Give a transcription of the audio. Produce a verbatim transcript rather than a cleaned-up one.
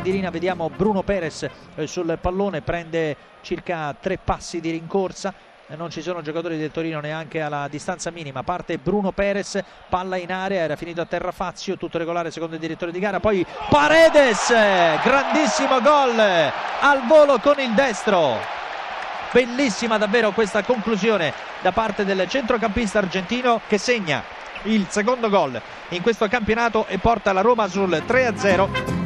tendilina vediamo Bruno Perez eh, sul pallone, prende circa tre passi di rincorsa, eh, non ci sono giocatori del Torino neanche alla distanza minima, parte Bruno Perez, palla in area, era finito a terra Fazio, tutto regolare secondo il direttore di gara, poi Paredes, grandissimo gol al volo con il destro. Bellissima davvero questa conclusione da parte del centrocampista argentino, che segna il secondo gol in questo campionato e porta la Roma sul tre a zero.